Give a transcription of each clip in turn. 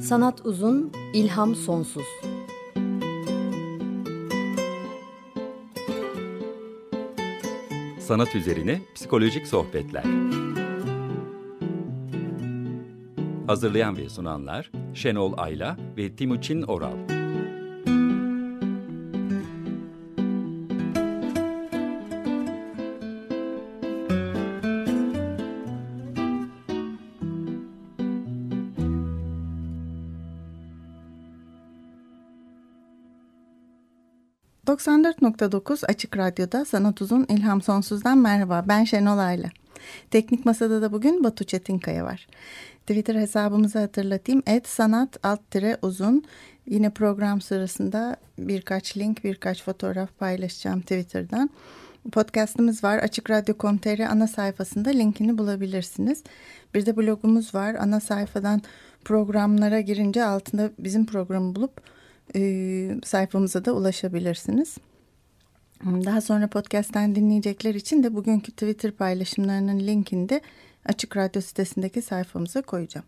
Sanat uzun, ilham sonsuz. Sanat üzerine psikolojik sohbetler. Hazırlayan ve sunanlar Şenol Ayla ve Timuçin Oral. ...94.9 Açık Radyo'da Sanat Uzun İlham Sonsuz'dan merhaba. Ben Şenol Ayla. Teknik Masa'da da bugün Batu Çetinkaya var. Twitter hesabımızı hatırlatayım. @sanat_uzun. Yine program sırasında birkaç link, birkaç fotoğraf paylaşacağım Twitter'dan. Podcast'ımız var. Açıkradyo.com.tr ana sayfasında linkini bulabilirsiniz. Bir de blogumuz var. Ana sayfadan programlara girince altında bizim programı bulup sayfamıza da ulaşabilirsiniz. Daha sonra podcast'ten dinleyecekler için de bugünkü Twitter paylaşımlarının linkini de Açık Radyo sitesindeki sayfamıza koyacağım.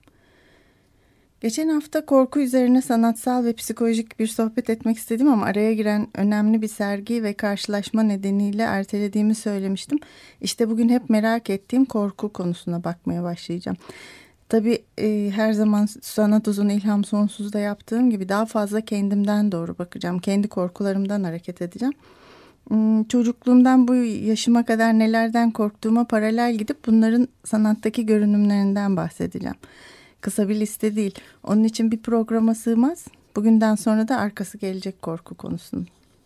Geçen hafta korku üzerine sanatsal ve psikolojik bir sohbet etmek istedim ama araya giren önemli bir sergi ve karşılaşma nedeniyle ertelediğimi söylemiştim. İşte bugün hep merak ettiğim korku konusuna bakmaya başlayacağım. Tabii her zaman Sanat Uzun İlham Sonsuz'da yaptığım gibi daha fazla kendimden doğru bakacağım. Kendi korkularımdan hareket edeceğim. Çocukluğumdan bu yaşıma kadar nelerden korktuğuma paralel gidip bunların sanattaki görünümlerinden bahsedeceğim. Kısa bir liste değil. Onun için bir programa sığmaz. Bugünden sonra da arkası gelecek korku konusunun.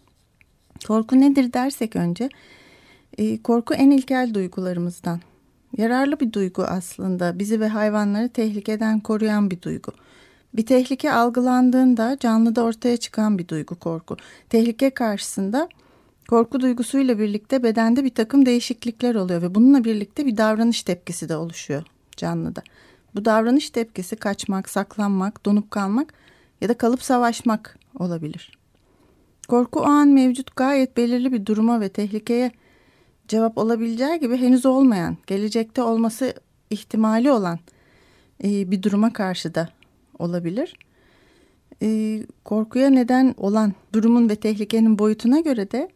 Korku nedir dersek önce, korku en ilkel duygularımızdan. Yararlı bir duygu aslında. Bizi ve hayvanları tehlikeden koruyan bir duygu. Bir tehlike algılandığında canlıda ortaya çıkan bir duygu korku. Tehlike karşısında korku duygusuyla birlikte bedende bir takım değişiklikler oluyor ve bununla birlikte bir davranış tepkisi de oluşuyor canlıda. Bu davranış tepkisi kaçmak, saklanmak, donup kalmak ya da kalıp savaşmak olabilir. Korku o an mevcut gayet belirli bir duruma ve tehlikeye cevap olabileceği gibi henüz olmayan, gelecekte olması ihtimali olan bir duruma karşı da olabilir. Korkuya neden olan durumun ve tehlikenin boyutuna göre de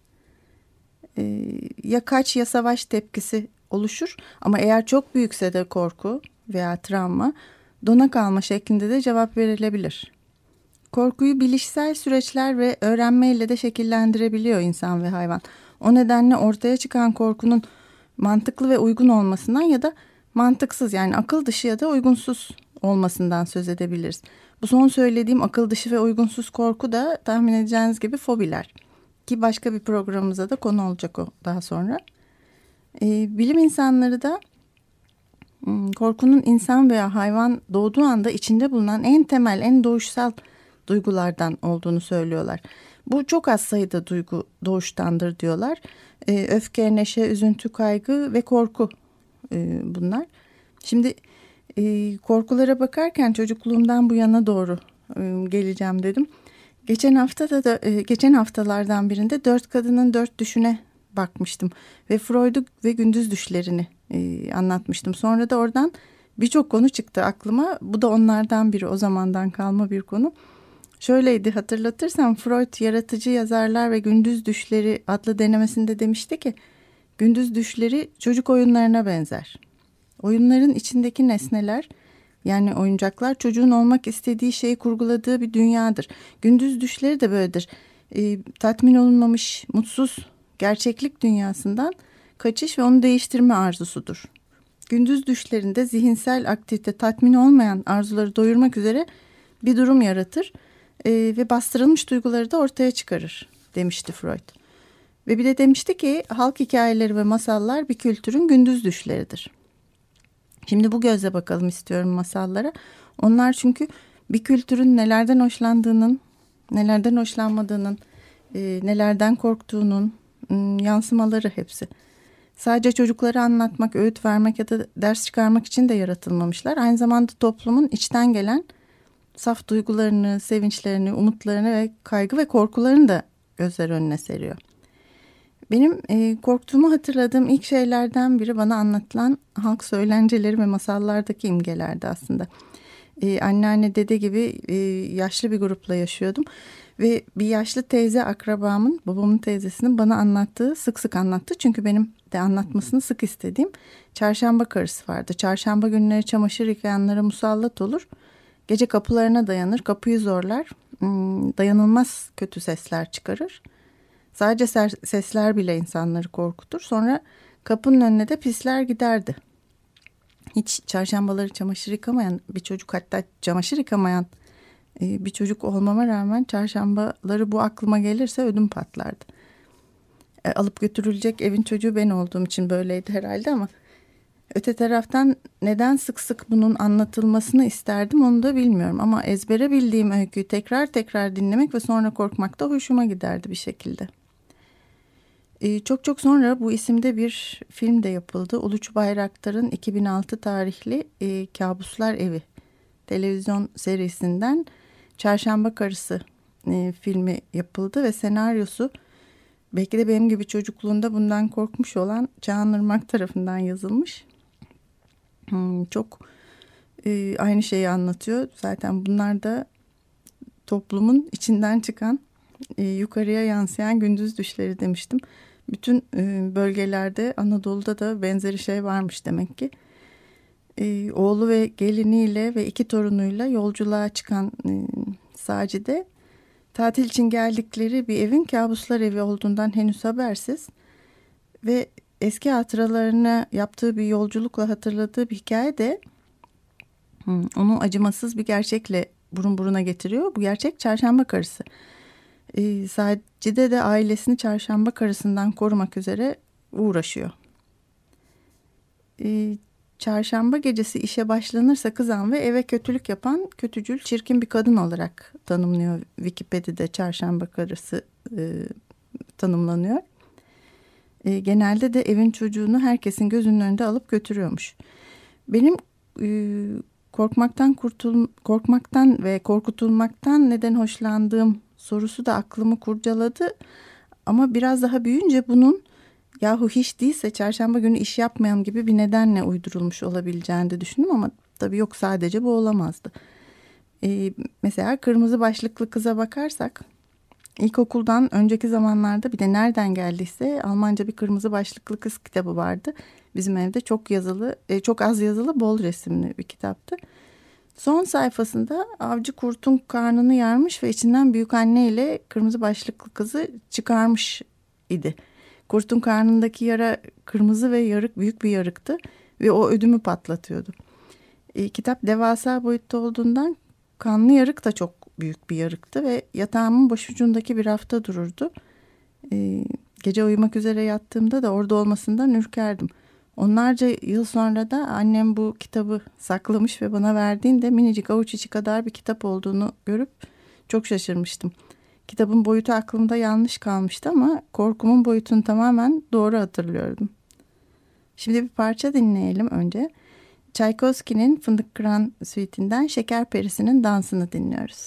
ya kaç ya savaş tepkisi oluşur. Ama eğer çok büyükse de korku veya travma, dona kalma şeklinde de cevap verilebilir. Korkuyu bilişsel süreçler ve öğrenmeyle de şekillendirebiliyor insan ve hayvan. O nedenle ortaya çıkan korkunun mantıklı ve uygun olmasından ya da mantıksız, yani akıl dışı ya da uygunsuz olmasından söz edebiliriz. Bu son söylediğim akıl dışı ve uygunsuz korku da tahmin edeceğiniz gibi fobiler. Ki başka bir programımıza da konu olacak o daha sonra. Bilim insanları da korkunun insan veya hayvan doğduğu anda içinde bulunan en temel, en doğuşsal duygulardan olduğunu söylüyorlar. Bu çok az sayıda duygu doğuştandır diyorlar. Öfke, neşe, üzüntü, kaygı ve korku bunlar. Şimdi korkulara bakarken çocukluğumdan bu yana doğru geleceğim dedim. Geçen haftalardan birinde 4 kadının 4 düşüne bakmıştım ve Freud'u ve gündüz düşlerini anlatmıştım. Sonra da oradan birçok konu çıktı aklıma. Bu da onlardan biri, o zamandan kalma bir konu. Şöyleydi, hatırlatırsam Freud Yaratıcı Yazarlar ve Gündüz Düşleri adlı denemesinde demişti ki gündüz düşleri çocuk oyunlarına benzer. Oyunların içindeki nesneler, yani oyuncaklar, çocuğun olmak istediği şeyi kurguladığı bir dünyadır. Gündüz düşleri de böyledir. Tatmin olunmamış, mutsuz gerçeklik dünyasından kaçış ve onu değiştirme arzusudur. Gündüz düşlerinde zihinsel aktivite tatmin olmayan arzuları doyurmak üzere bir durum yaratır ve bastırılmış duyguları da ortaya çıkarır demişti Freud. Ve bir de demişti ki halk hikayeleri ve masallar bir kültürün gündüz düşleridir. Şimdi bu gözle bakalım istiyorum masallara. Onlar çünkü bir kültürün nelerden hoşlandığının, nelerden hoşlanmadığının, nelerden korktuğunun yansımaları hepsi. Sadece çocuklara anlatmak, öğüt vermek ya da ders çıkarmak için de yaratılmamışlar. Aynı zamanda toplumun içten gelen saf duygularını, sevinçlerini, umutlarını ve kaygı ve korkularını da gözler önüne seriyor. Benim korktuğumu hatırladığım ilk şeylerden biri bana anlatılan halk söylenceleri ve masallardaki imgelerdi aslında. Anneanne, dede gibi yaşlı bir grupla yaşıyordum. Ve bir yaşlı teyze akrabamın, babamın teyzesinin bana anlattığı, sık sık anlattı. Çünkü benim de anlatmasını sık istediğim çarşamba karısı vardı. Çarşamba günleri çamaşır yıkayanlara musallat olur. Gece kapılarına dayanır, kapıyı zorlar. Dayanılmaz kötü sesler çıkarır. Sadece sesler bile insanları korkutur. Sonra kapının önüne de pisler giderdi. Hiç çarşambaları çamaşır yıkamayan bir çocuk, hatta çamaşır yıkamayan bir çocuk olmama rağmen çarşambaları bu aklıma gelirse ödüm patlardı. Alıp götürülecek evin çocuğu ben olduğum için böyleydi herhalde ama öte taraftan neden sık sık bunun anlatılmasını isterdim onu da bilmiyorum. Ama ezbere bildiğim öyküyü tekrar tekrar dinlemek ve sonra korkmak da hoşuma giderdi bir şekilde. Çok çok sonra bu isimde bir film de yapıldı. Uluç Bayraktar'ın 2006 tarihli Kabuslar Evi televizyon serisinden Çarşamba Karısı filmi yapıldı ve senaryosu belki de benim gibi çocukluğunda bundan korkmuş olan Çağan Irmak tarafından yazılmış. Çok aynı şeyi anlatıyor. Zaten bunlar da toplumun içinden çıkan, yukarıya yansıyan gündüz düşleri demiştim. Bütün bölgelerde, Anadolu'da da benzeri şey varmış demek ki. Oğlu ve geliniyle ve 2 torunuyla yolculuğa çıkan Sacide, tatil için geldikleri bir evin Kabuslar Evi olduğundan henüz habersiz ve eski hatıralarına yaptığı bir yolculukla hatırladığı bir hikaye de onu acımasız bir gerçekle burun buruna getiriyor. Bu gerçek Çarşamba Karısı. Sacide de ailesini Çarşamba Karısından korumak üzere uğraşıyor. Çarşamba gecesi işe başlanırsa kızan ve eve kötülük yapan kötücül, çirkin bir kadın olarak tanımlıyor Wikipedia'da Çarşamba Karısı tanımlanıyor. Genelde de evin çocuğunu herkesin gözünün önünde alıp götürüyormuş. Benim korkmaktan ve korkutulmaktan neden hoşlandığım sorusu da aklımı kurcaladı. Ama biraz daha büyüyünce bunun yahu hiç değilse çarşamba günü iş yapmayalım gibi bir nedenle uydurulmuş olabileceğini de düşündüm ama tabii yok, sadece bu olamazdı. Mesela kırmızı başlıklı kıza bakarsak ilkokuldan önceki zamanlarda bir de nereden geldiyse Almanca bir kırmızı başlıklı kız kitabı vardı. Bizim evde çok az yazılı, bol resimli bir kitaptı. Son sayfasında avcı kurtun karnını yarmış ve içinden büyükanne ile kırmızı başlıklı kızı çıkarmış idi. Kurtun karnındaki yara kırmızı ve büyük bir yarıktı ve o ödümü patlatıyordu. Kitap devasa boyutta olduğundan kanlı yarık da çok büyük bir yarıktı ve yatağımın başucundaki bir rafta dururdu. Gece uyumak üzere yattığımda da orada olmasından ürkerdim. Onlarca yıl sonra da annem bu kitabı saklamış ve bana verdiğinde minicik avuç içi kadar bir kitap olduğunu görüp çok şaşırmıştım. Kitabın boyutu aklımda yanlış kalmıştı ama korkumun boyutunu tamamen doğru hatırlıyordum. Şimdi bir parça dinleyelim önce. Tchaikovsky'nin Fındık Kıran Suite'inden Şeker Perisi'nin dansını dinliyoruz.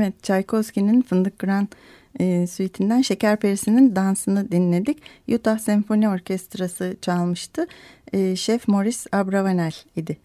Evet, Tchaikovsky'nin Fındık Kıran suite'inden Şeker Perisi'nin dansını dinledik. Utah Senfoni Orkestrası çalmıştı. Şef Maurice Abravanel idi.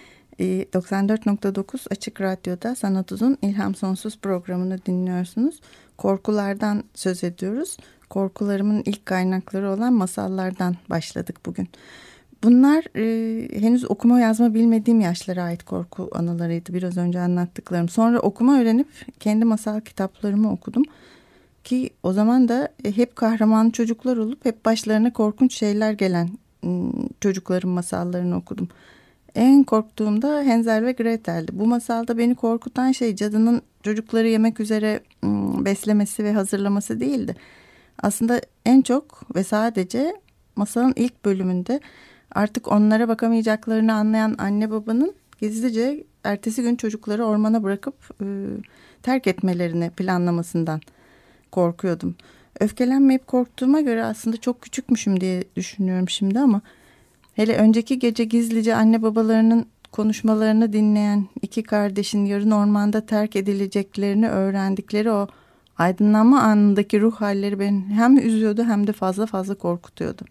94.9 Açık Radyo'da Sanat Uzun İlham Sonsuz programını dinliyorsunuz. Korkulardan söz ediyoruz. Korkularımın ilk kaynakları olan masallardan başladık bugün. Bunlar henüz okuma yazma bilmediğim yaşlara ait korku anılarıydı, biraz önce anlattıklarım. Sonra okuma öğrenip kendi masal kitaplarımı okudum. Ki o zaman da hep kahraman çocuklar olup hep başlarına korkunç şeyler gelen çocukların masallarını okudum. En korktuğum da Hansel ve Gretel'di. Bu masalda beni korkutan şey cadının çocukları yemek üzere beslemesi ve hazırlaması değildi. Aslında en çok ve sadece masalın ilk bölümünde artık onlara bakamayacaklarını anlayan anne babanın gizlice ertesi gün çocukları ormana bırakıp terk etmelerini planlamasından korkuyordum. Öfkelenmeyip korktuğuma göre aslında çok küçükmüşüm diye düşünüyorum şimdi ama hele önceki gece gizlice anne babalarının konuşmalarını dinleyen iki kardeşin yarın ormanda terk edileceklerini öğrendikleri o aydınlanma anındaki ruh halleri beni hem üzüyordu hem de fazla korkutuyordu.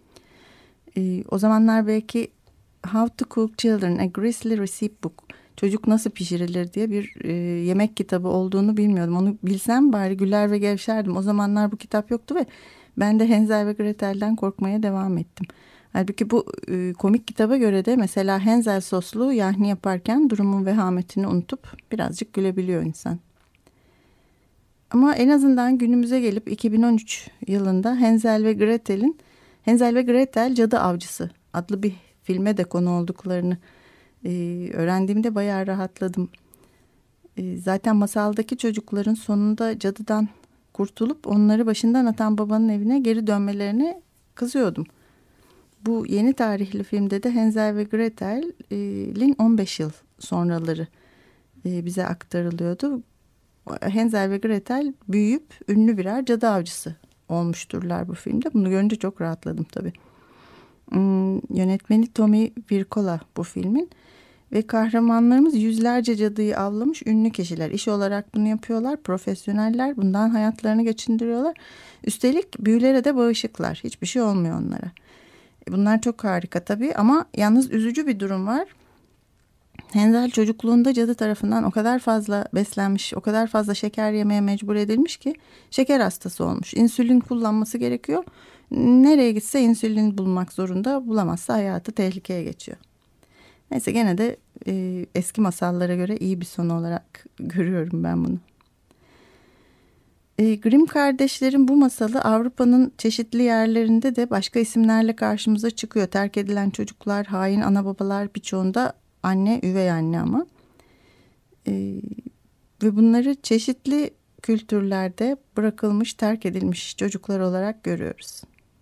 O zamanlar belki How to Cook Children, A Grisly Recipe Book, Çocuk Nasıl Pişirilir diye bir yemek kitabı olduğunu bilmiyordum. Onu bilsem bari güler ve gevşerdim. O zamanlar bu kitap yoktu ve ben de Hansel ve Gretel'den korkmaya devam ettim. Halbuki bu komik kitaba göre de mesela Hansel soslu yahni yaparken durumun vehametini unutup birazcık gülebiliyor insan. Ama en azından günümüze gelip 2013 yılında Hansel ve Gretel Cadı Avcısı adlı bir filme de konu olduklarını öğrendiğimde bayağı rahatladım. Zaten masaldaki çocukların sonunda cadıdan kurtulup onları başından atan babanın evine geri dönmelerine kızıyordum. Bu yeni tarihli filmde de Hansel ve Gretel'in 15 yıl sonraları bize aktarılıyordu. Hansel ve Gretel büyüyüp ünlü birer cadı avcısı olmuşturlar bu filmde. Bunu görünce çok rahatladım tabii. Yönetmeni Tommy Wirkola bu filmin. Ve kahramanlarımız yüzlerce cadıyı avlamış ünlü kişiler. İş olarak bunu yapıyorlar. Profesyoneller, bundan hayatlarını geçindiriyorlar. Üstelik büyülere de bağışıklar. Hiçbir şey olmuyor onlara. Bunlar çok harika tabii ama yalnız üzücü bir durum var. Hansel çocukluğunda cadı tarafından o kadar fazla beslenmiş, o kadar fazla şeker yemeye mecbur edilmiş ki şeker hastası olmuş. İnsülin kullanması gerekiyor. Nereye gitse insülin bulmak zorunda, bulamazsa hayatı tehlikeye geçiyor. Neyse gene de eski masallara göre iyi bir son olarak görüyorum ben bunu. Grimm kardeşlerin bu masalı Avrupa'nın çeşitli yerlerinde de başka isimlerle karşımıza çıkıyor. Terk edilen çocuklar, hain ana babalar, birçoğunda anne, üvey anne ama. Ve bunları çeşitli kültürlerde bırakılmış, terk edilmiş çocuklar olarak görüyoruz.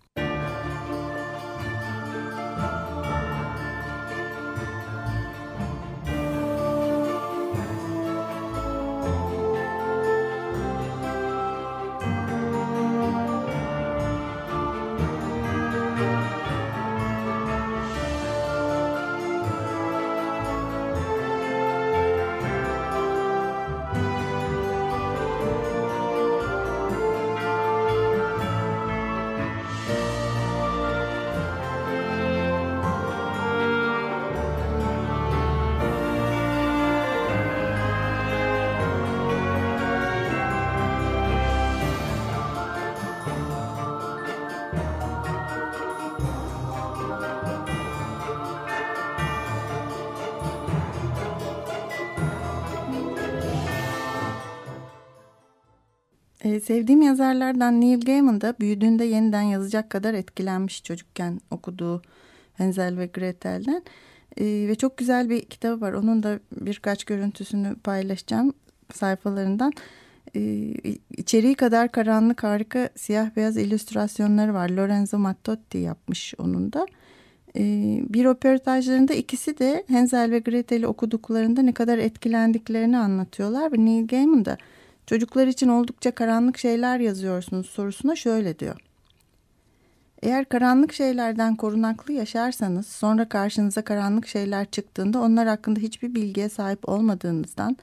Sevdiğim yazarlardan Neil Gaiman da büyüdüğünde yeniden yazacak kadar etkilenmiş çocukken okuduğu Hansel ve Gretel'den. Ve çok güzel bir kitabı var. Onun da birkaç görüntüsünü paylaşacağım sayfalarından. İçeriği kadar karanlık, harika siyah beyaz illüstrasyonları var. Lorenzo Mattotti yapmış onun da. Bir röportajlarında ikisi de Hansel ve Gretel'i okuduklarında ne kadar etkilendiklerini anlatıyorlar. Ve Neil Gaiman da çocuklar için oldukça karanlık şeyler yazıyorsunuz sorusuna şöyle diyor. Eğer karanlık şeylerden korunaklı yaşarsanız sonra karşınıza karanlık şeyler çıktığında onlar hakkında hiçbir bilgiye sahip olmadığınızdan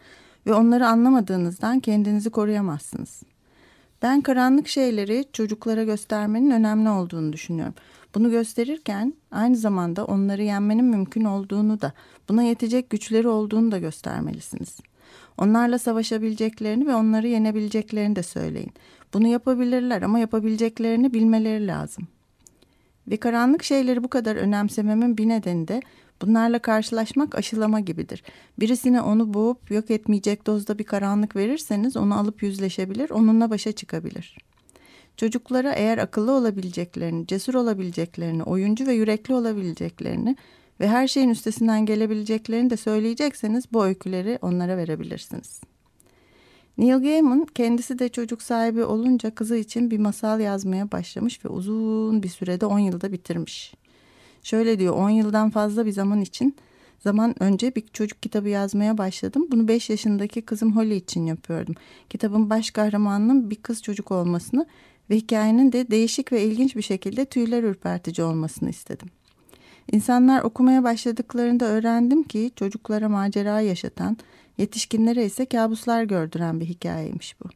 ve onları anlamadığınızdan kendinizi koruyamazsınız. Ben karanlık şeyleri çocuklara göstermenin önemli olduğunu düşünüyorum. Bunu gösterirken aynı zamanda onları yenmenin mümkün olduğunu da, buna yetecek güçleri olduğunu da göstermelisiniz. Onlarla savaşabileceklerini ve onları yenebileceklerini de söyleyin. Bunu yapabilirler ama yapabileceklerini bilmeleri lazım. Ve karanlık şeyleri bu kadar önemsememin bir nedeni de bunlarla karşılaşmak aşılama gibidir. Birisine onu boğup yok etmeyecek dozda bir karanlık verirseniz onu alıp yüzleşebilir, onunla başa çıkabilir. Çocuklara eğer akıllı olabileceklerini, cesur olabileceklerini, oyuncu ve yürekli olabileceklerini ve her şeyin üstesinden gelebileceklerini de söyleyecekseniz bu öyküleri onlara verebilirsiniz. Neil Gaiman kendisi de çocuk sahibi olunca kızı için bir masal yazmaya başlamış ve uzun bir sürede 10 yılda bitirmiş. Şöyle diyor, 10 yıldan fazla bir zaman önce bir çocuk kitabı yazmaya başladım. Bunu 5 yaşındaki kızım Holly için yapıyordum. Kitabın baş kahramanının bir kız çocuk olmasını ve hikayenin de değişik ve ilginç bir şekilde tüyler ürpertici olmasını istedim. İnsanlar okumaya başladıklarında öğrendim ki çocuklara macera yaşatan, yetişkinlere ise kabuslar gördüren bir hikayeymiş bu.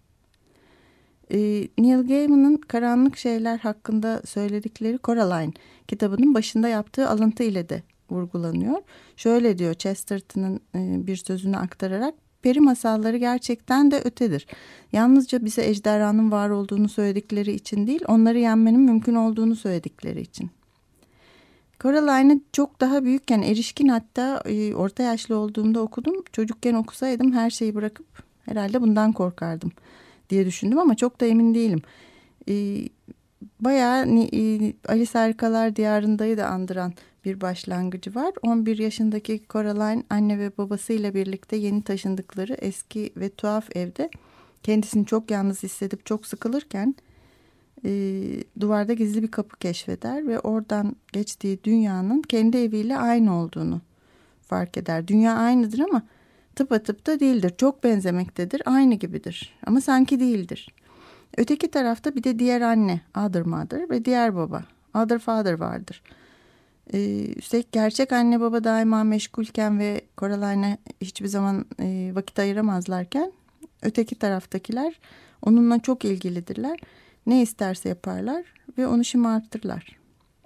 Neil Gaiman'ın karanlık şeyler hakkında söyledikleri Coraline kitabının başında yaptığı alıntı ile de vurgulanıyor. Şöyle diyor Chesterton'ın bir sözünü aktararak, peri masalları gerçekten de ötedir. Yalnızca bize ejderhanın var olduğunu söyledikleri için değil, onları yenmenin mümkün olduğunu söyledikleri için. Coraline'ı çok daha büyükken, erişkin, hatta orta yaşlı olduğumda okudum. Çocukken okusaydım her şeyi bırakıp herhalde bundan korkardım diye düşündüm ama çok da emin değilim. Bayağı Alice Harikalar Diyarında'yı da andıran bir başlangıcı var. 11 yaşındaki Coraline anne ve babasıyla birlikte yeni taşındıkları eski ve tuhaf evde kendisini çok yalnız hissedip çok sıkılırken duvarda gizli bir kapı keşfeder ve oradan geçtiği dünyanın kendi eviyle aynı olduğunu fark eder. Dünya aynıdır ama tıpatıp da değildir. Çok benzemektedir, aynı gibidir ama sanki değildir. Öteki tarafta bir de diğer anne, Other Mother, ve diğer baba, Other Father vardır. Üstelik gerçek anne baba daima meşgulken ve Coraline'a hiçbir zaman vakit ayıramazlarken öteki taraftakiler onunla çok ilgilidirler. Ne isterse yaparlar ve onu şımartırlar.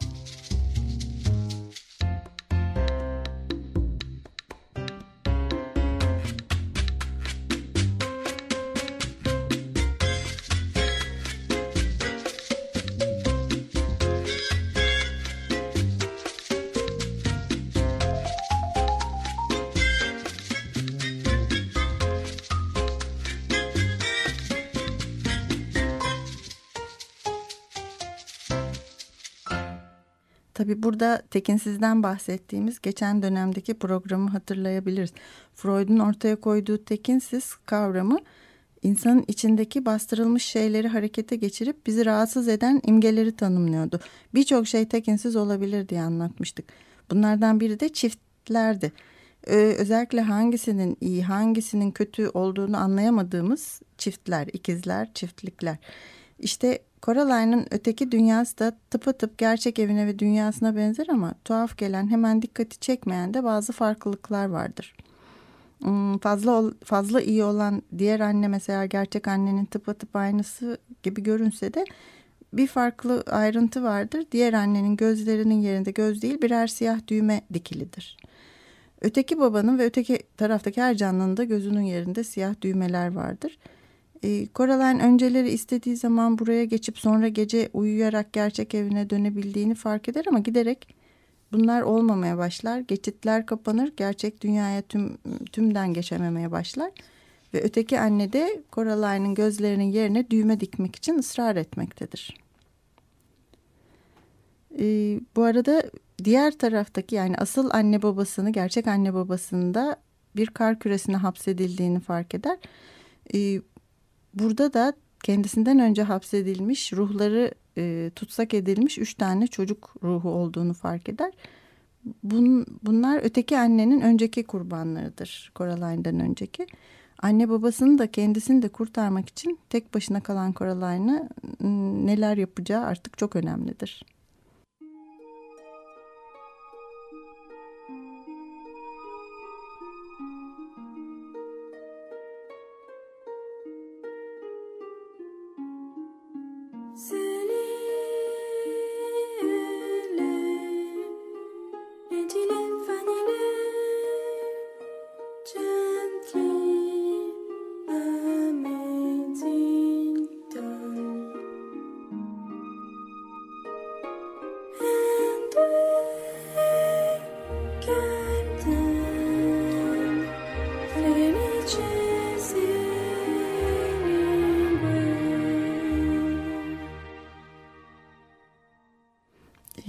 Tabii burada tekinsizden bahsettiğimiz geçen dönemdeki programı hatırlayabiliriz. Freud'un ortaya koyduğu tekinsiz kavramı insanın içindeki bastırılmış şeyleri harekete geçirip bizi rahatsız eden imgeleri tanımlıyordu. Birçok şey tekinsiz olabilir diye anlatmıştık. Bunlardan biri de çiftlerdi. Özellikle hangisinin iyi, hangisinin kötü olduğunu anlayamadığımız çiftler, ikizler, çiftlikler. İşte Coraline'ın öteki dünyası da tıpatıp gerçek evine ve dünyasına benzer ama tuhaf gelen, hemen dikkati çekmeyen de bazı farklılıklar vardır. Fazla iyi olan diğer anne mesela gerçek annenin tıpatıp aynısı gibi görünse de bir farklı ayrıntı vardır. Diğer annenin gözlerinin yerinde göz değil, birer siyah düğme dikilidir. Öteki babanın ve öteki taraftaki her canlının da gözünün yerinde siyah düğmeler vardır. Coraline önceleri istediği zaman buraya geçip sonra gece uyuyarak gerçek evine dönebildiğini fark eder ama giderek bunlar olmamaya başlar. Geçitler kapanır, gerçek dünyaya tümden geçememeye başlar. Ve öteki anne de Coraline'ın gözlerinin yerine düğme dikmek için ısrar etmektedir. Bu arada diğer taraftaki, yani asıl anne babasını, gerçek anne babasını da bir kar küresine hapsedildiğini fark eder. Burada da kendisinden önce hapsedilmiş, ruhları tutsak edilmiş 3 tane çocuk ruhu olduğunu fark eder. Bunlar öteki annenin önceki kurbanlarıdır, Coraline'den önceki. Anne babasını da kendisini de kurtarmak için tek başına kalan Coraline'ı neler yapacağı artık çok önemlidir.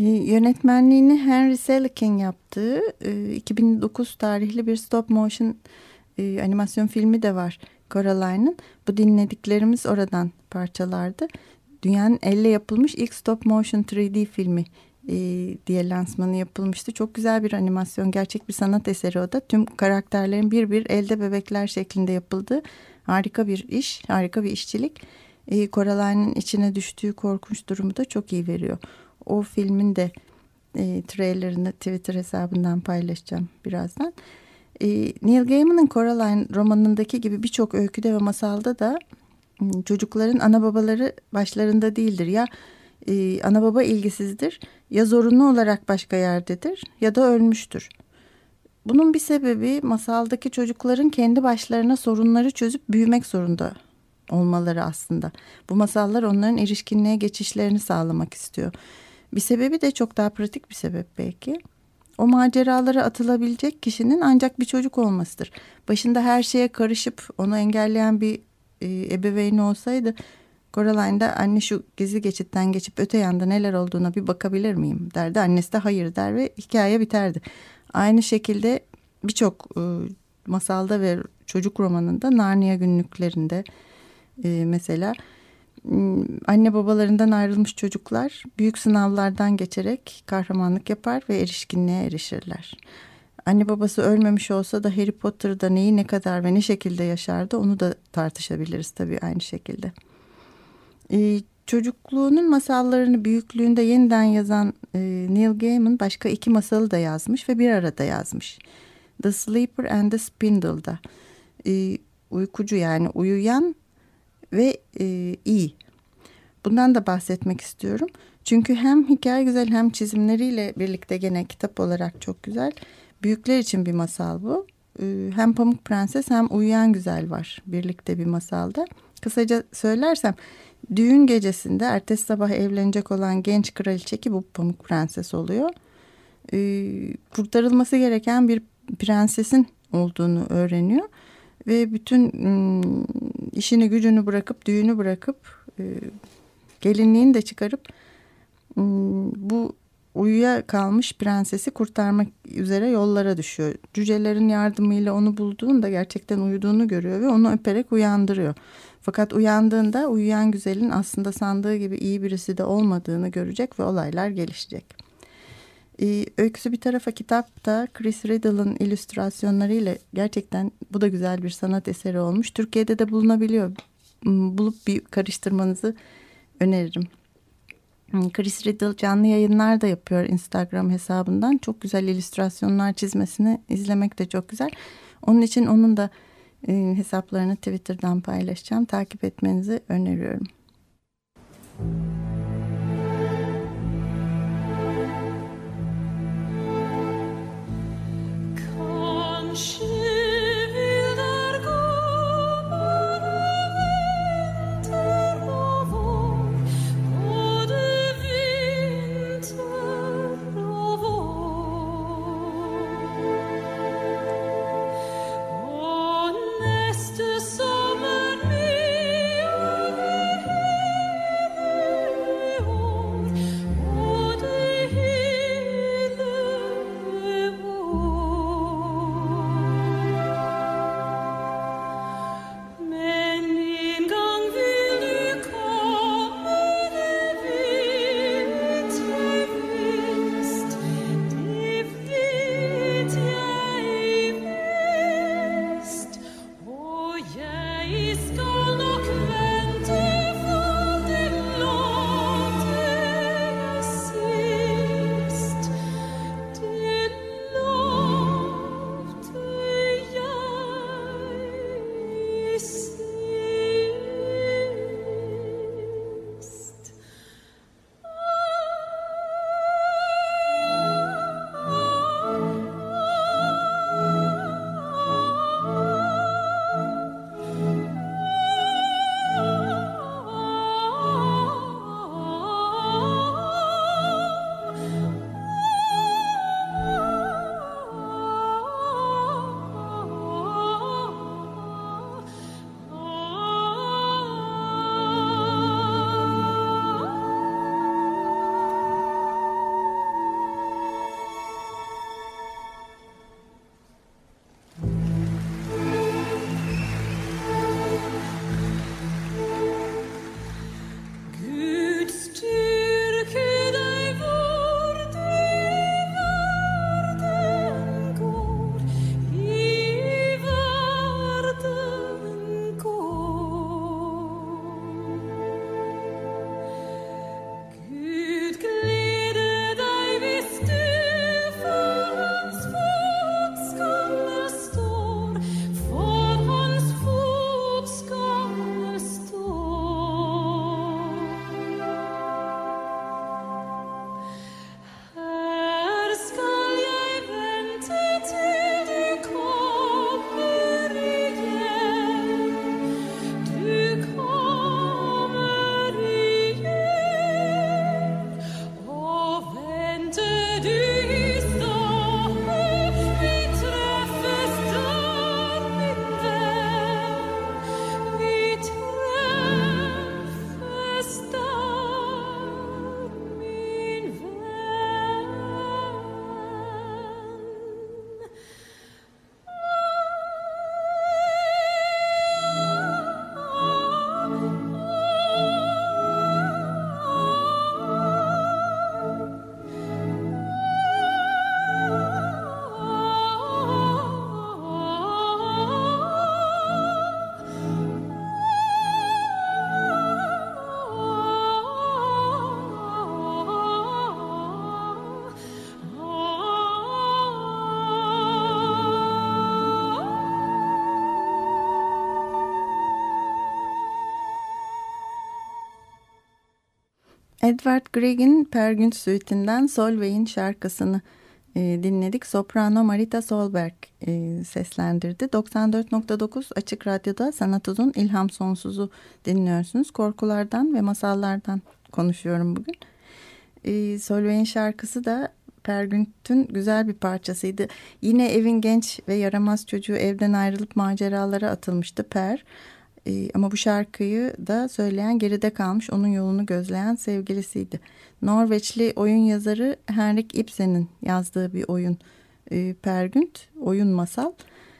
Yönetmenliğini Henry Selick'in yaptığı 2009 tarihli bir stop motion animasyon filmi de var Coraline'ın. Bu dinlediklerimiz oradan parçalardı. Dünyanın elle yapılmış ilk stop motion 3D filmi diye lansmanı yapılmıştı. Çok güzel bir animasyon, gerçek bir sanat eseri o da. Tüm karakterlerin bir bir elde bebekler şeklinde yapıldığı harika bir iş, harika bir işçilik. Coraline'ın içine düştüğü korkunç durumu da çok iyi veriyor. O filmin de trailerını Twitter hesabından paylaşacağım birazdan. Neil Gaiman'ın Coraline romanındaki gibi birçok öyküde ve masalda da çocukların ana babaları başlarında değildir. Ya ana baba ilgisizdir, ya zorunlu olarak başka yerdedir ya da ölmüştür. Bunun bir sebebi masaldaki çocukların kendi başlarına sorunları çözüp büyümek zorunda olmaları aslında. Bu masallar onların erişkinliğe geçişlerini sağlamak istiyor. Bir sebebi de çok daha pratik bir sebep belki. O maceralara atılabilecek kişinin ancak bir çocuk olmasıdır. Başında her şeye karışıp onu engelleyen bir ebeveyni olsaydı, Coraline'da anne şu gizli geçitten geçip öte yanda neler olduğuna bir bakabilir miyim derdi. Annesi de hayır der ve hikaye biterdi. Aynı şekilde birçok masalda ve çocuk romanında, Narnia günlüklerinde mesela anne babalarından ayrılmış çocuklar büyük sınavlardan geçerek kahramanlık yapar ve erişkinliğe erişirler. Anne babası ölmemiş olsa da Harry Potter'da neyi ne kadar ve ne şekilde yaşardı onu da tartışabiliriz tabii aynı şekilde. Çocukluğunun masallarını büyüklüğünde yeniden yazan Neil Gaiman başka 2 masalı da yazmış ve bir arada yazmış. The Sleeper and the Spindle'da. Uykucu, yani uyuyan ve iyi. Bundan da bahsetmek istiyorum. Çünkü hem hikaye güzel hem çizimleriyle birlikte gene kitap olarak çok güzel. Büyükler için bir masal bu. Hem Pamuk Prenses hem Uyuyan Güzel var birlikte bir masalda. Kısaca söylersem, düğün gecesinde ertesi sabah evlenecek olan genç kraliçe, ki bu Pamuk Prenses oluyor, kurtarılması gereken bir prensesin olduğunu öğreniyor. Ve bütün işini gücünü bırakıp, düğünü bırakıp, gelinliğini de çıkarıp bu uyuyakalmış prensesi kurtarmak üzere yollara düşüyor. Cücelerin yardımıyla onu bulduğunda gerçekten uyuduğunu görüyor ve onu öperek uyandırıyor. Fakat uyandığında uyuyan güzelin aslında sandığı gibi iyi birisi de olmadığını görecek ve olaylar gelişecek. Öyküsü bir tarafa, kitapta Chris Riddle'ın illüstrasyonlarıyla gerçekten bu da güzel bir sanat eseri olmuş. Türkiye'de de bulunabiliyor. Bulup bir karıştırmanızı öneririm. Chris Riddle canlı yayınlar da yapıyor Instagram hesabından. Çok güzel illüstrasyonlar çizmesini izlemek de çok güzel. Onun için onun da hesaplarını Twitter'dan paylaşacağım. Takip etmenizi öneriyorum. Edvard Grieg'in Per Gynt Suite'inden Solveig'in şarkısını dinledik. Soprano Marita Solberg seslendirdi. 94.9 Açık Radyo'da Sanat Uzun İlham Sonsuz'u dinliyorsunuz. Korkulardan ve masallardan konuşuyorum bugün. Solveig'in şarkısı da Per Gynt'ün güzel bir parçasıydı. Yine evin genç ve yaramaz çocuğu evden ayrılıp maceralara atılmıştı Per. Ama bu şarkıyı da söyleyen geride kalmış, onun yolunu gözleyen sevgilisiydi. Norveçli oyun yazarı Henrik Ibsen'in yazdığı bir oyun Per Gynt, oyun masal.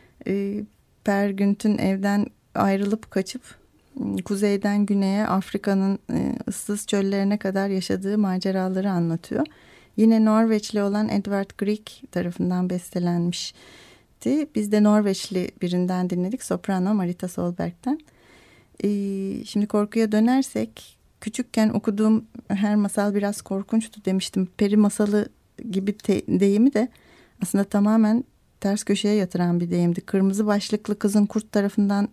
Per Gynt'ün evden ayrılıp kaçıp kuzeyden güneye Afrika'nın ıssız çöllerine kadar yaşadığı maceraları anlatıyor. Yine Norveçli olan Edvard Grieg tarafından bestelenmişti. Biz de Norveçli birinden dinledik. Soprano Marita Solberg'den. Şimdi korkuya dönersek, küçükken okuduğum her masal biraz korkunçtu demiştim. Peri masalı gibi deyimi de aslında tamamen ters köşeye yatıran bir deyimdi. Kırmızı başlıklı kızın kurt tarafından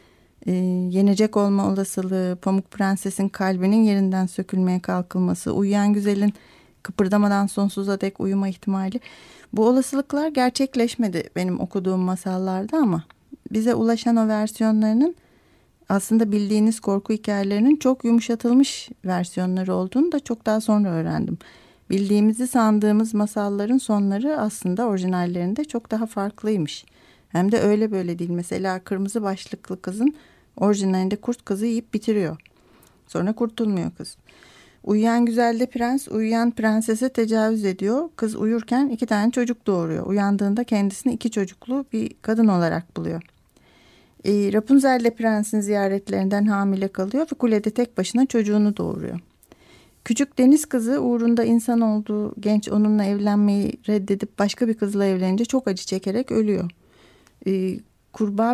yenecek olma olasılığı, Pamuk Prenses'in kalbinin yerinden sökülmeye kalkılması, uyuyan güzelin kıpırdamadan sonsuza dek uyuma ihtimali. Bu olasılıklar gerçekleşmedi benim okuduğum masallarda ama bize ulaşan o versiyonlarının aslında bildiğiniz korku hikayelerinin çok yumuşatılmış versiyonları olduğunu da çok daha sonra öğrendim. Bildiğimizi sandığımız masalların sonları aslında orijinallerinde çok daha farklıymış. Hem de öyle böyle değil. Mesela kırmızı başlıklı kızın orijinalinde kurt kızı yiyip bitiriyor. Sonra kurtulmuyor kız. Uyuyan güzelde prens uyuyan prensese tecavüz ediyor. Kız uyurken 2 tane çocuk doğuruyor. Uyandığında kendisini 2 çocuklu bir kadın olarak buluyor. Rapunzel de prensin ziyaretlerinden hamile kalıyor ve kulede tek başına çocuğunu doğuruyor. Küçük deniz kızı uğrunda insan olduğu genç onunla evlenmeyi reddedip başka bir kızla evlenince çok acı çekerek ölüyor. Kurbağa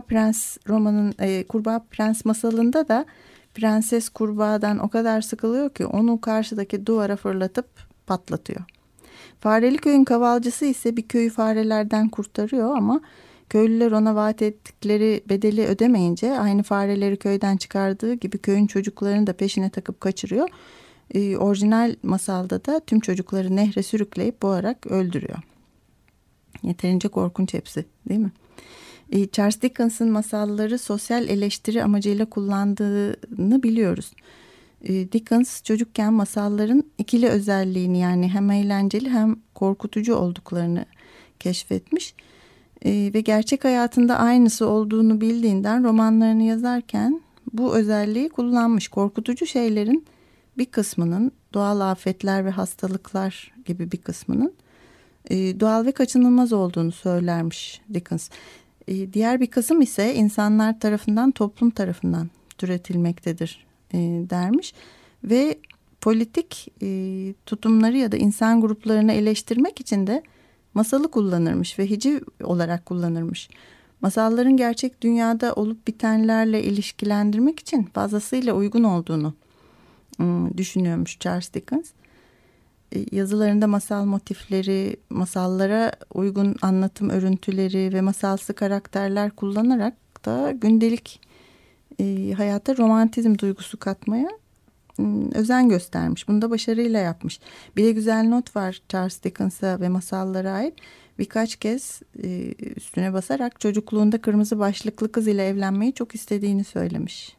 Prens masalında da prenses kurbağadan o kadar sıkılıyor ki onu karşıdaki duvara fırlatıp patlatıyor. Fareli köyün kavalcısı ise bir köyü farelerden kurtarıyor ama köylüler ona vaat ettikleri bedeli ödemeyince aynı fareleri köyden çıkardığı gibi köyün çocuklarını da peşine takıp kaçırıyor. Orijinal masalda da tüm çocukları nehre sürükleyip boğarak öldürüyor. Yeterince korkunç hepsi, değil mi? Charles Dickens'ın masalları sosyal eleştiri amacıyla kullandığını biliyoruz. Dickens çocukken masalların ikili özelliğini, yani hem eğlenceli hem korkutucu olduklarını keşfetmiş. Ve gerçek hayatında aynısı olduğunu bildiğinden romanlarını yazarken bu özelliği kullanmış. Korkutucu şeylerin bir kısmının, doğal afetler ve hastalıklar gibi bir kısmının doğal ve kaçınılmaz olduğunu söylermiş Dickens. Diğer bir kısım ise insanlar tarafından, toplum tarafından türetilmektedir dermiş. Ve politik tutumları ya da insan gruplarını eleştirmek için de masalı kullanırmış ve hiciv olarak kullanırmış. Masalların gerçek dünyada olup bitenlerle ilişkilendirmek için fazlasıyla uygun olduğunu düşünüyormuş Charles Dickens. Yazılarında masal motifleri, masallara uygun anlatım örüntüleri ve masalsı karakterler kullanarak da gündelik hayata romantizm duygusu katmaya özen göstermiş. Bunu da başarıyla yapmış. Bir de güzel not var Charles Dickens'a ve masallara ait. Birkaç kez üstüne basarak çocukluğunda kırmızı başlıklı kız ile evlenmeyi çok istediğini söylemiş.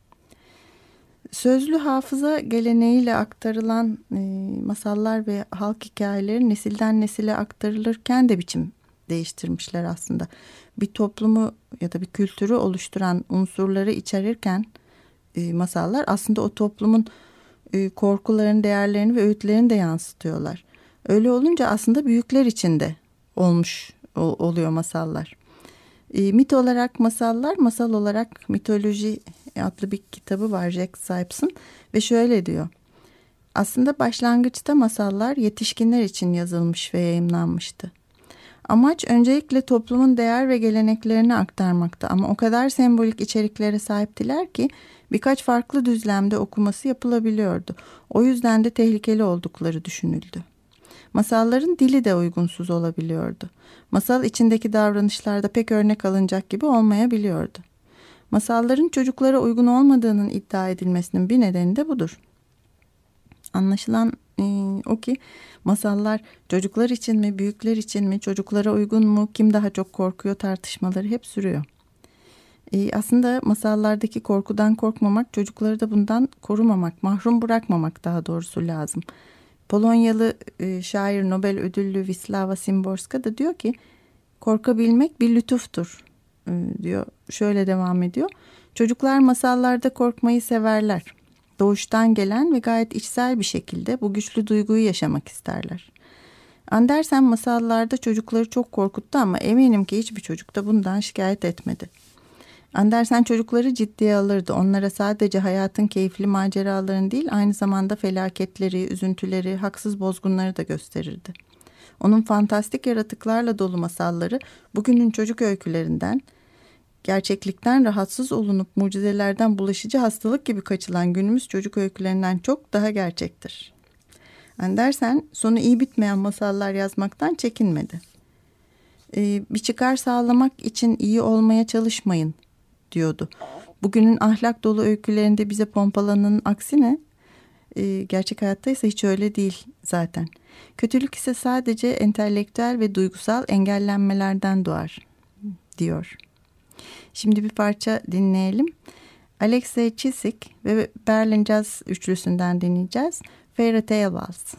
Sözlü hafıza geleneğiyle aktarılan masallar ve halk hikayeleri nesilden nesile aktarılırken de biçim değiştirmişler aslında. Bir toplumu ya da bir kültürü oluşturan unsurları içerirken masallar aslında o toplumun korkularını, değerlerini ve öğütlerini de yansıtıyorlar. Öyle olunca aslında büyükler için de oluyor masallar. Mit olarak masallar, masal olarak mitoloji adlı bir kitabı var Jack Sipes'ın ve şöyle diyor. Aslında başlangıçta masallar yetişkinler için yazılmış ve yayımlanmıştı. Amaç öncelikle toplumun değer ve geleneklerini aktarmakta ama o kadar sembolik içeriklere sahiptiler ki birkaç farklı düzlemde okuması yapılabiliyordu. O yüzden de tehlikeli oldukları düşünüldü. Masalların dili de uygunsuz olabiliyordu. Masal içindeki davranışlarda pek örnek alınacak gibi olmayabiliyordu. Masalların çocuklara uygun olmadığının iddia edilmesinin bir nedeni de budur. Anlaşılan o ki masallar çocuklar için mi, büyükler için mi, çocuklara uygun mu, kim daha çok korkuyor tartışmaları hep sürüyor. Aslında masallardaki korkudan korkmamak, çocukları da bundan korumamak, mahrum bırakmamak daha doğrusu lazım. Polonyalı şair Nobel ödüllü Wisława Szymborska da diyor ki korkabilmek bir lütuftur diyor. Şöyle devam ediyor. Çocuklar masallarda korkmayı severler. Doğuştan gelen ve gayet içsel bir şekilde bu güçlü duyguyu yaşamak isterler. Andersen masallarda çocukları çok korkuttu ama eminim ki hiçbir çocuk da bundan şikayet etmedi. Andersen çocukları ciddiye alırdı. Onlara sadece hayatın keyifli maceralarını değil, aynı zamanda felaketleri, üzüntüleri, haksız bozgunları da gösterirdi. Onun fantastik yaratıklarla dolu masalları bugünün çocuk öykülerinden, gerçeklikten rahatsız olunup mucizelerden bulaşıcı hastalık gibi kaçılan günümüz çocuk öykülerinden çok daha gerçektir. Andersen sonu iyi bitmeyen masallar yazmaktan çekinmedi. Bir çıkar sağlamak için iyi olmaya çalışmayın diyordu. Bugünün ahlak dolu öykülerinde bize pompalananın aksine gerçek hayatta ise hiç öyle değil zaten. Kötülük ise sadece entelektüel ve duygusal engellenmelerden doğar diyor. Şimdi bir parça dinleyelim. Alexei Chisik ve Berlin Jazz üçlüsünden dinleyeceğiz. Fairy Tale Waltz.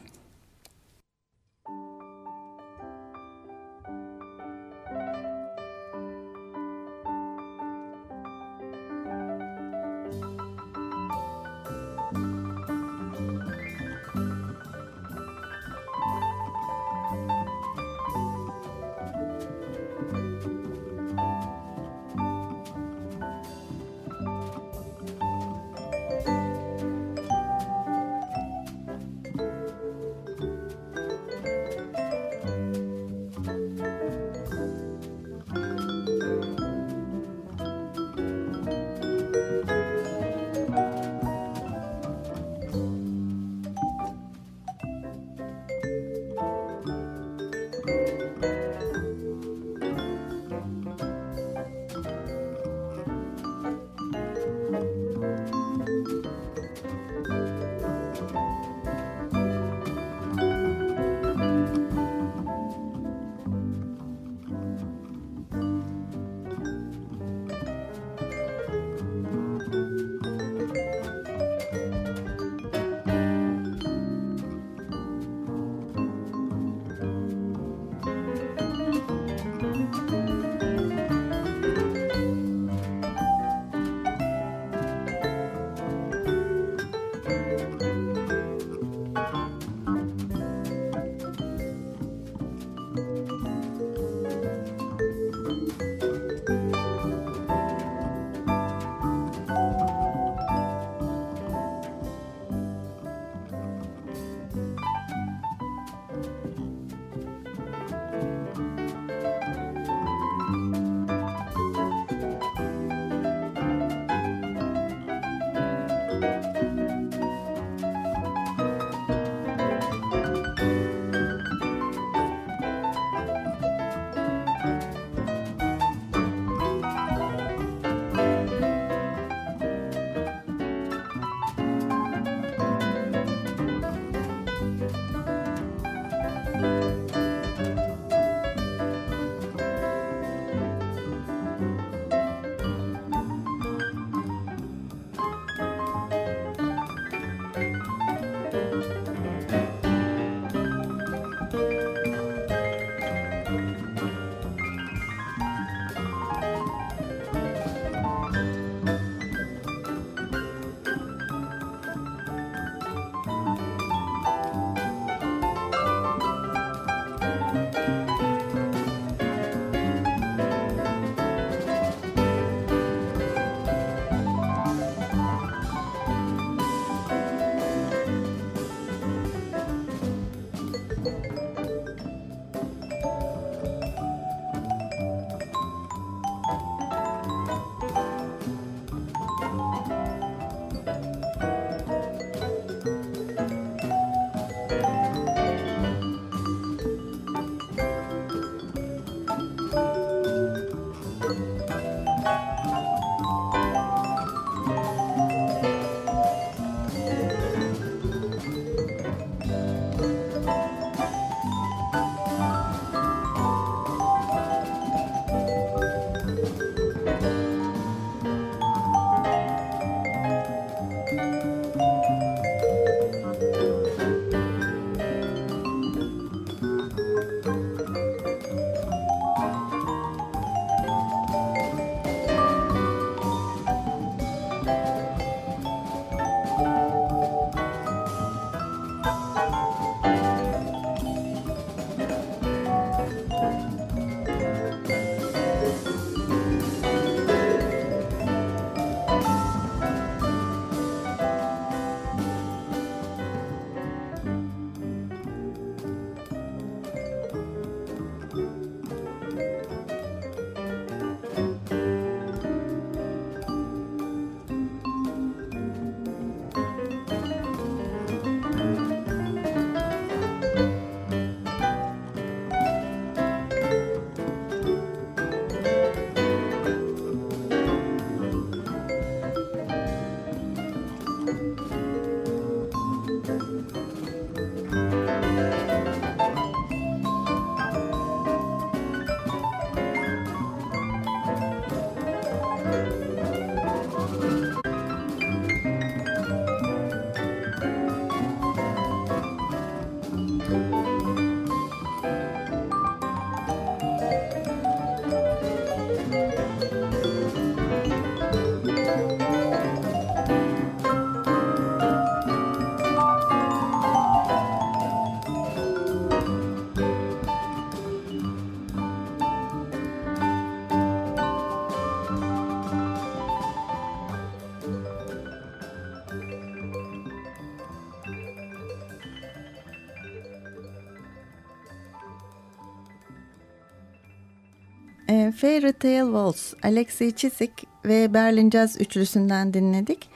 Fairy Tale Waltz, Alexei Chisik ve Berlin Jazz üçlüsünden dinledik.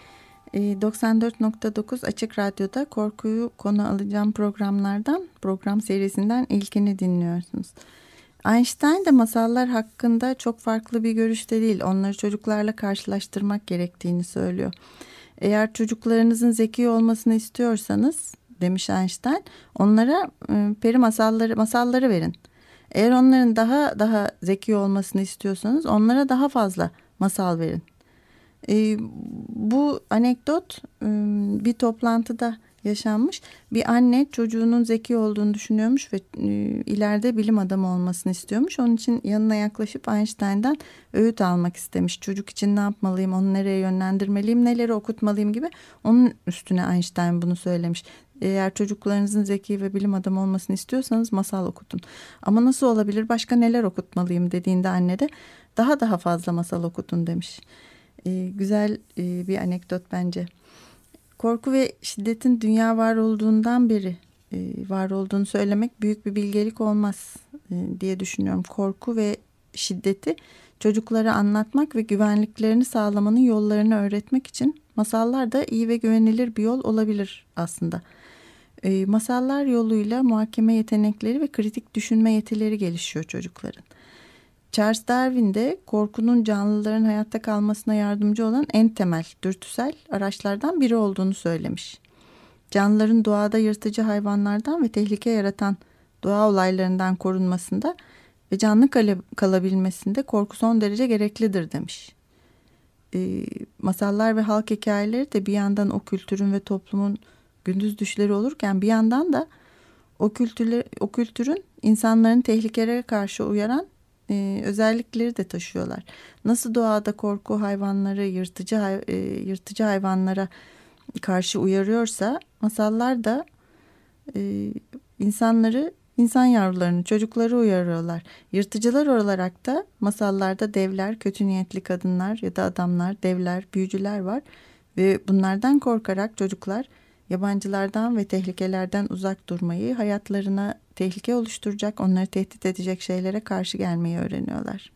94.9 Açık Radyo'da korkuyu konu alacağım program serisinden ilkini dinliyorsunuz. Einstein de masallar hakkında çok farklı bir görüşte değil. Onları çocuklarla karşılaştırmak gerektiğini söylüyor. Eğer çocuklarınızın zeki olmasını istiyorsanız, demiş Einstein, onlara peri masalları verin. Eğer onların daha zeki olmasını istiyorsanız onlara daha fazla masal verin. Bu anekdot bir toplantıda yaşanmış. Bir anne çocuğunun zeki olduğunu düşünüyormuş ve ileride bilim adamı olmasını istiyormuş. Onun için yanına yaklaşıp Einstein'dan öğüt almak istemiş. Çocuk için ne yapmalıyım, onu nereye yönlendirmeliyim, neleri okutmalıyım gibi. Onun üstüne Einstein bunu söylemiş. Eğer çocuklarınızın zeki ve bilim adamı olmasını istiyorsanız masal okutun. Ama nasıl olabilir, başka neler okutmalıyım dediğinde anne de daha fazla masal okutun demiş. Güzel bir anekdot bence. Korku ve şiddetin dünya var olduğundan beri var olduğunu söylemek büyük bir bilgelik olmaz diye düşünüyorum. Korku ve şiddeti çocuklara anlatmak ve güvenliklerini sağlamanın yollarını öğretmek için masallar da iyi ve güvenilir bir yol olabilir aslında. Masallar yoluyla muhakeme yetenekleri ve kritik düşünme yetileri gelişiyor çocukların. Charles Darwin de korkunun canlıların hayatta kalmasına yardımcı olan en temel dürtüsel araçlardan biri olduğunu söylemiş. Canlıların doğada yırtıcı hayvanlardan ve tehlike yaratan doğa olaylarından korunmasında ve canlı kalabilmesinde korku son derece gereklidir demiş. Masallar ve halk hikayeleri de bir yandan o kültürün ve toplumun gündüz düşleri olurken bir yandan da o kültürün insanların tehlikelere karşı uyaran özellikleri de taşıyorlar. Nasıl doğada korku hayvanları, yırtıcı hayvanlara karşı uyarıyorsa, masallar da insan yavrularını, çocukları uyarıyorlar. Yırtıcılar olarak da masallarda devler, kötü niyetli kadınlar ya da adamlar, devler, büyücüler var ve bunlardan korkarak çocuklar yabancılardan ve tehlikelerden uzak durmayı, hayatlarına tehlike oluşturacak, onları tehdit edecek şeylere karşı gelmeyi öğreniyorlar.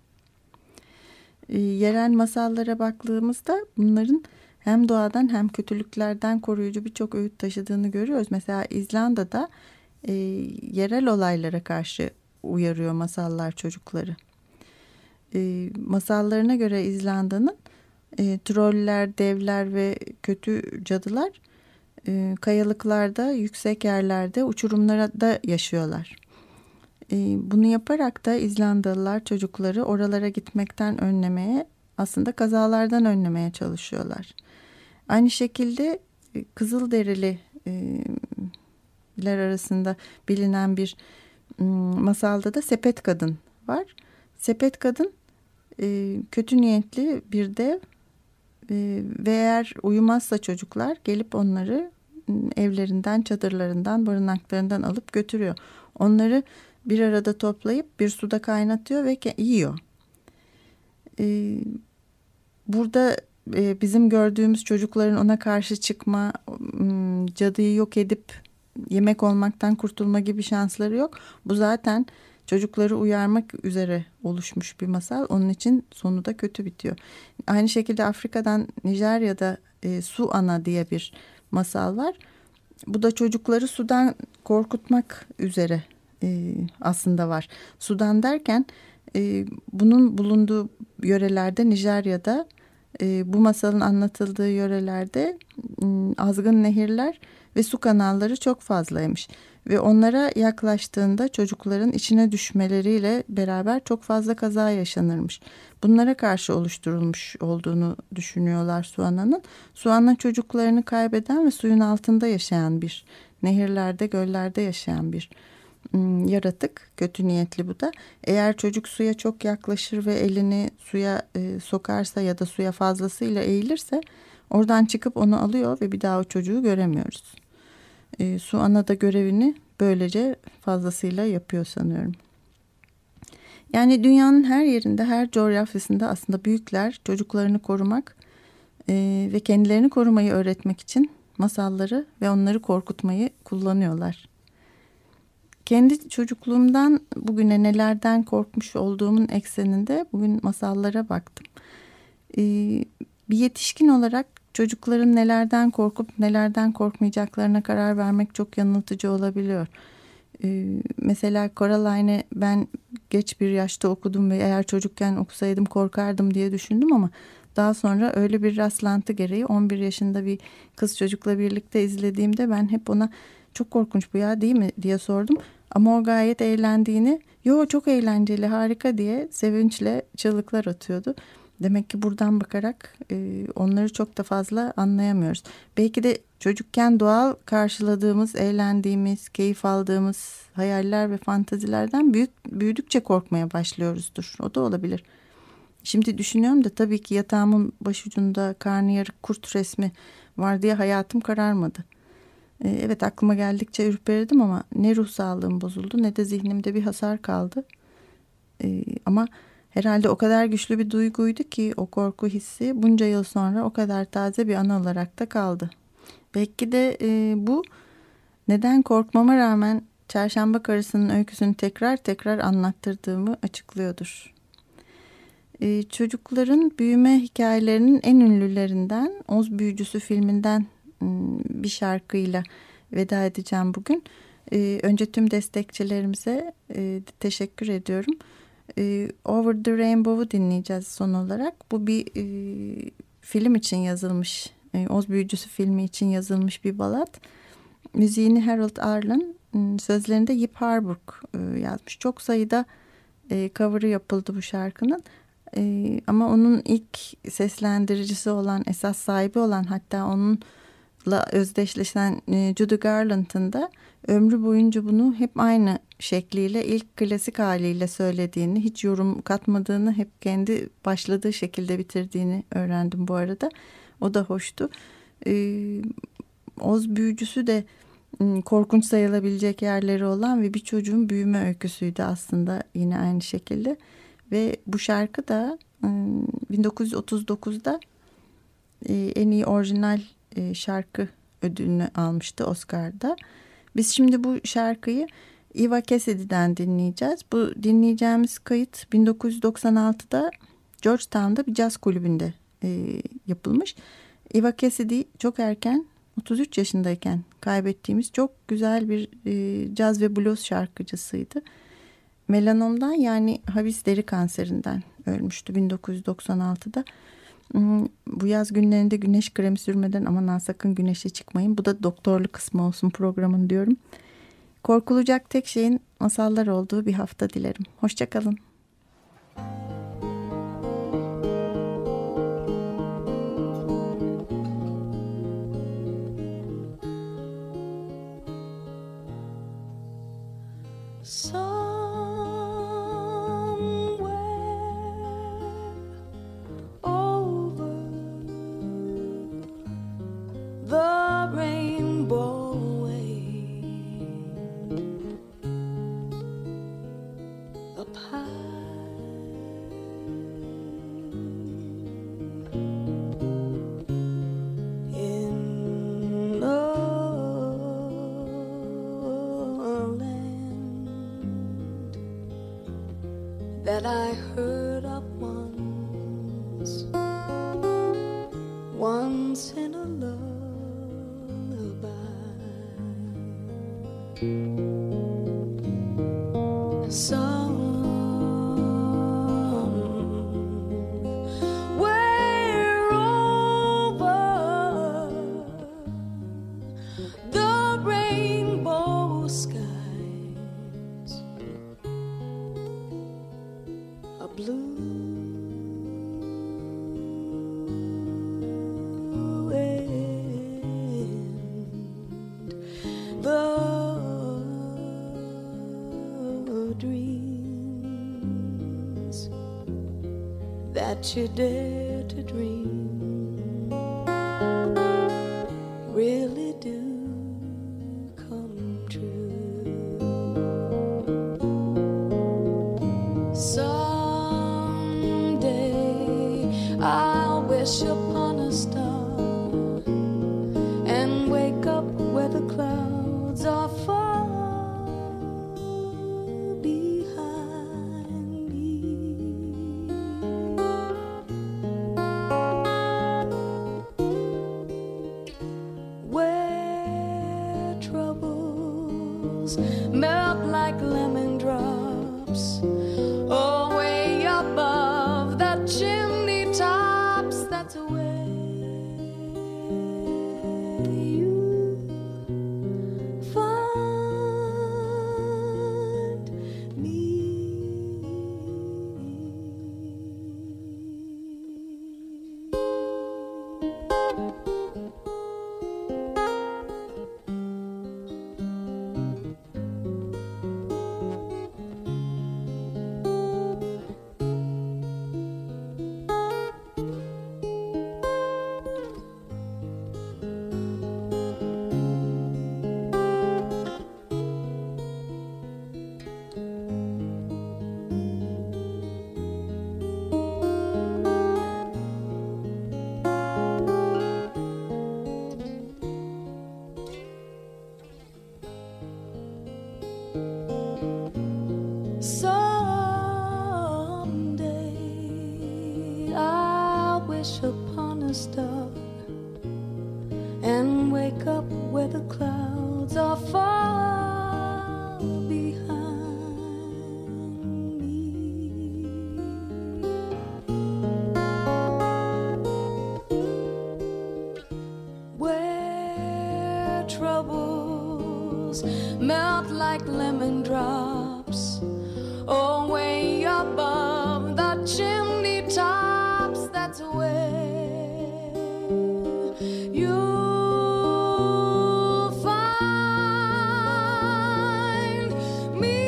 Yerel masallara baktığımızda bunların hem doğadan hem kötülüklerden koruyucu birçok öğüt taşıdığını görüyoruz. Mesela İzlanda'da yerel olaylara karşı uyarıyor masallar çocukları. Masallarına göre İzlanda'nın troller, devler ve kötü cadılar kayalıklarda, yüksek yerlerde, uçurumlarda yaşıyorlar. Bunu yaparak da İzlandalılar çocukları oralara gitmekten önlemeye, aslında kazalardan önlemeye çalışıyorlar. Aynı şekilde Kızılderililer arasında bilinen bir masalda da Sepet Kadın var. Sepet Kadın kötü niyetli bir dev ve eğer uyumazsa çocuklar gelip onları evlerinden, çadırlarından, barınaklarından alıp götürüyor. Onları bir arada toplayıp bir suda kaynatıyor ve yiyor. Burada bizim gördüğümüz çocukların ona karşı çıkma, cadıyı yok edip yemek olmaktan kurtulma gibi şansları yok. Bu zaten çocukları uyarmak üzere oluşmuş bir masal. Onun için sonu da kötü bitiyor. Aynı şekilde Afrika'dan, Nijerya'da Su Ana diye bir masal var. Bu da çocukları sudan korkutmak üzere aslında var. Sudan derken bunun bulunduğu yörelerde, Nijerya'da bu masalın anlatıldığı yörelerde azgın nehirler ve su kanalları çok fazlaymış. Ve onlara yaklaştığında çocukların içine düşmeleriyle beraber çok fazla kaza yaşanırmış. Bunlara karşı oluşturulmuş olduğunu düşünüyorlar Su Ana'nın. Su Ana çocuklarını kaybeden ve suyun altında yaşayan bir, nehirlerde, göllerde yaşayan bir yaratık. Kötü niyetli bu da. Eğer çocuk suya çok yaklaşır ve elini suya sokarsa ya da suya fazlasıyla eğilirse oradan çıkıp onu alıyor ve bir daha o çocuğu göremiyoruz. Su Ana da görevini böylece fazlasıyla yapıyor sanıyorum. Yani dünyanın her yerinde, her coğrafyasında aslında büyükler çocuklarını korumak ve kendilerini korumayı öğretmek için masalları ve onları korkutmayı kullanıyorlar. Kendi çocukluğumdan bugüne nelerden korkmuş olduğumun ekseninde bugün masallara baktım. Bir yetişkin olarak çocukların nelerden korkup nelerden korkmayacaklarına karar vermek çok yanıltıcı olabiliyor. Mesela Coraline'i ben geç bir yaşta okudum ve eğer çocukken okusaydım korkardım diye düşündüm ama daha sonra öyle bir rastlantı gereği 11 yaşında bir kız çocukla birlikte izlediğimde ben hep ona çok korkunç bu ya değil mi diye sordum. Ama o gayet eğlendiğini, yo çok eğlenceli harika diye sevinçle çığlıklar atıyordu. Demek ki buradan bakarak onları çok da fazla anlayamıyoruz. Belki de çocukken doğal karşıladığımız, eğlendiğimiz, keyif aldığımız hayaller ve fantazilerden büyüdükçe korkmaya başlıyoruzdur. O da olabilir. Şimdi düşünüyorum da tabii ki yatağımın başucunda karnıyarık kurt resmi var diye hayatım kararmadı. Evet aklıma geldikçe ürperirdim ama ne ruh sağlığım bozuldu ne de zihnimde bir hasar kaldı. Ama herhalde o kadar güçlü bir duyguydu ki o korku hissi bunca yıl sonra o kadar taze bir anı olarak da kaldı. Belki de bu neden korkmama rağmen Çarşamba Karısı'nın öyküsünü tekrar tekrar anlattırdığımı açıklıyordur. Çocukların büyüme hikayelerinin en ünlülerinden Oz Büyücüsü filminden bir şarkıyla veda edeceğim bugün. Önce tüm destekçilerimize teşekkür ediyorum. Over the Rainbow'u dinleyeceğiz son olarak. Bu bir film için yazılmış, Oz Büyücüsü filmi için yazılmış bir balat. Müziğini Harold Arlen, sözlerinde Yip Harburg yazmış. Çok sayıda cover'ı yapıldı bu şarkının. Ama onun ilk seslendiricisi olan, esas sahibi olan, hatta onunla özdeşleşen Judy Garland'ın da ömrü boyunca bunu hep aynı şekliyle, ilk klasik haliyle söylediğini, hiç yorum katmadığını, hep kendi başladığı şekilde bitirdiğini öğrendim bu arada. O da hoştu. Oz Büyücüsü de korkunç sayılabilecek yerleri olan ve bir çocuğun büyüme öyküsüydü aslında yine aynı şekilde. Ve bu şarkı da 1939'da en iyi orijinal şarkı ödülünü almıştı Oscar'da. Biz şimdi bu şarkıyı Eva Cassidy'den dinleyeceğiz. Bu dinleyeceğimiz kayıt 1996'da Georgetown'da bir caz kulübünde yapılmış. Eva Cassidy çok erken, 33 yaşındayken kaybettiğimiz çok güzel bir caz ve blues şarkıcısıydı. Melanomdan, yani Havis deri kanserinden ölmüştü 1996'da. Bu yaz günlerinde güneş kremi sürmeden aman sakın güneşe çıkmayın. Bu da doktorlu kısmı olsun programın diyorum. Korkulacak tek şeyin masallar olduğu bir hafta dilerim. Hoşça kalın. That I heard of once in a lullaby. Somewhere over the rainbow skies, a blue wind, the dreams that you dare to dream really do come true. Someday I'll wish upon a star and wake up where the clouds are far melt like lemon drops. Oh, way above the chimney tops, that's where you find me. Someday I'll wish upon a star and wake up where the clouds are far behind me. Where troubles melt like lemon drops. Oh, way above the chimney tops, that's where you'll find me.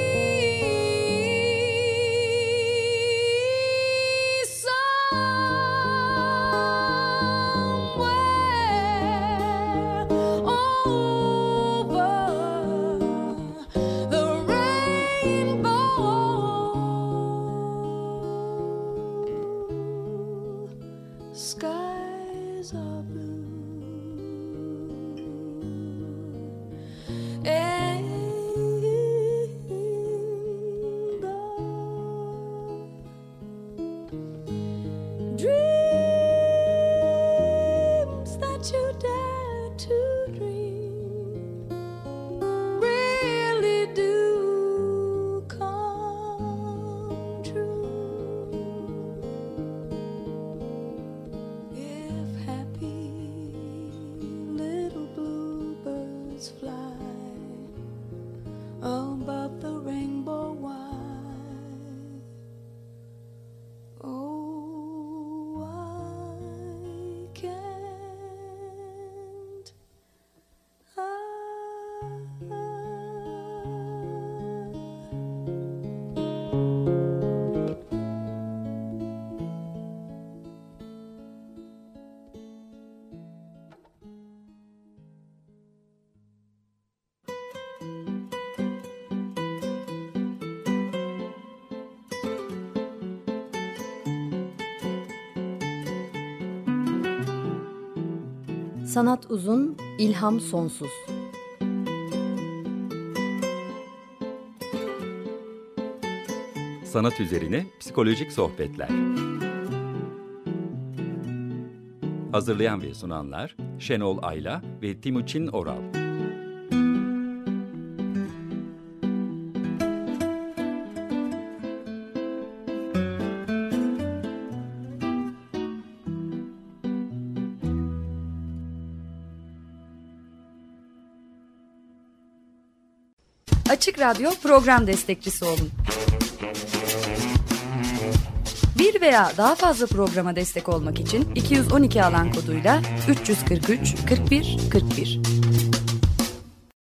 Somewhere over the skies are blue and the dreams that you dare to dream really do come true. Fly above the rainbow wide. Oh, why can't Sanat uzun, ilham sonsuz. Sanat üzerine psikolojik sohbetler. Hazırlayan ve sunanlar Şenol Ayla ve Timuçin Oral. Açık Radyo program destekçisi olun. Bir veya daha fazla programa destek olmak için 212 alan koduyla 343 41 41.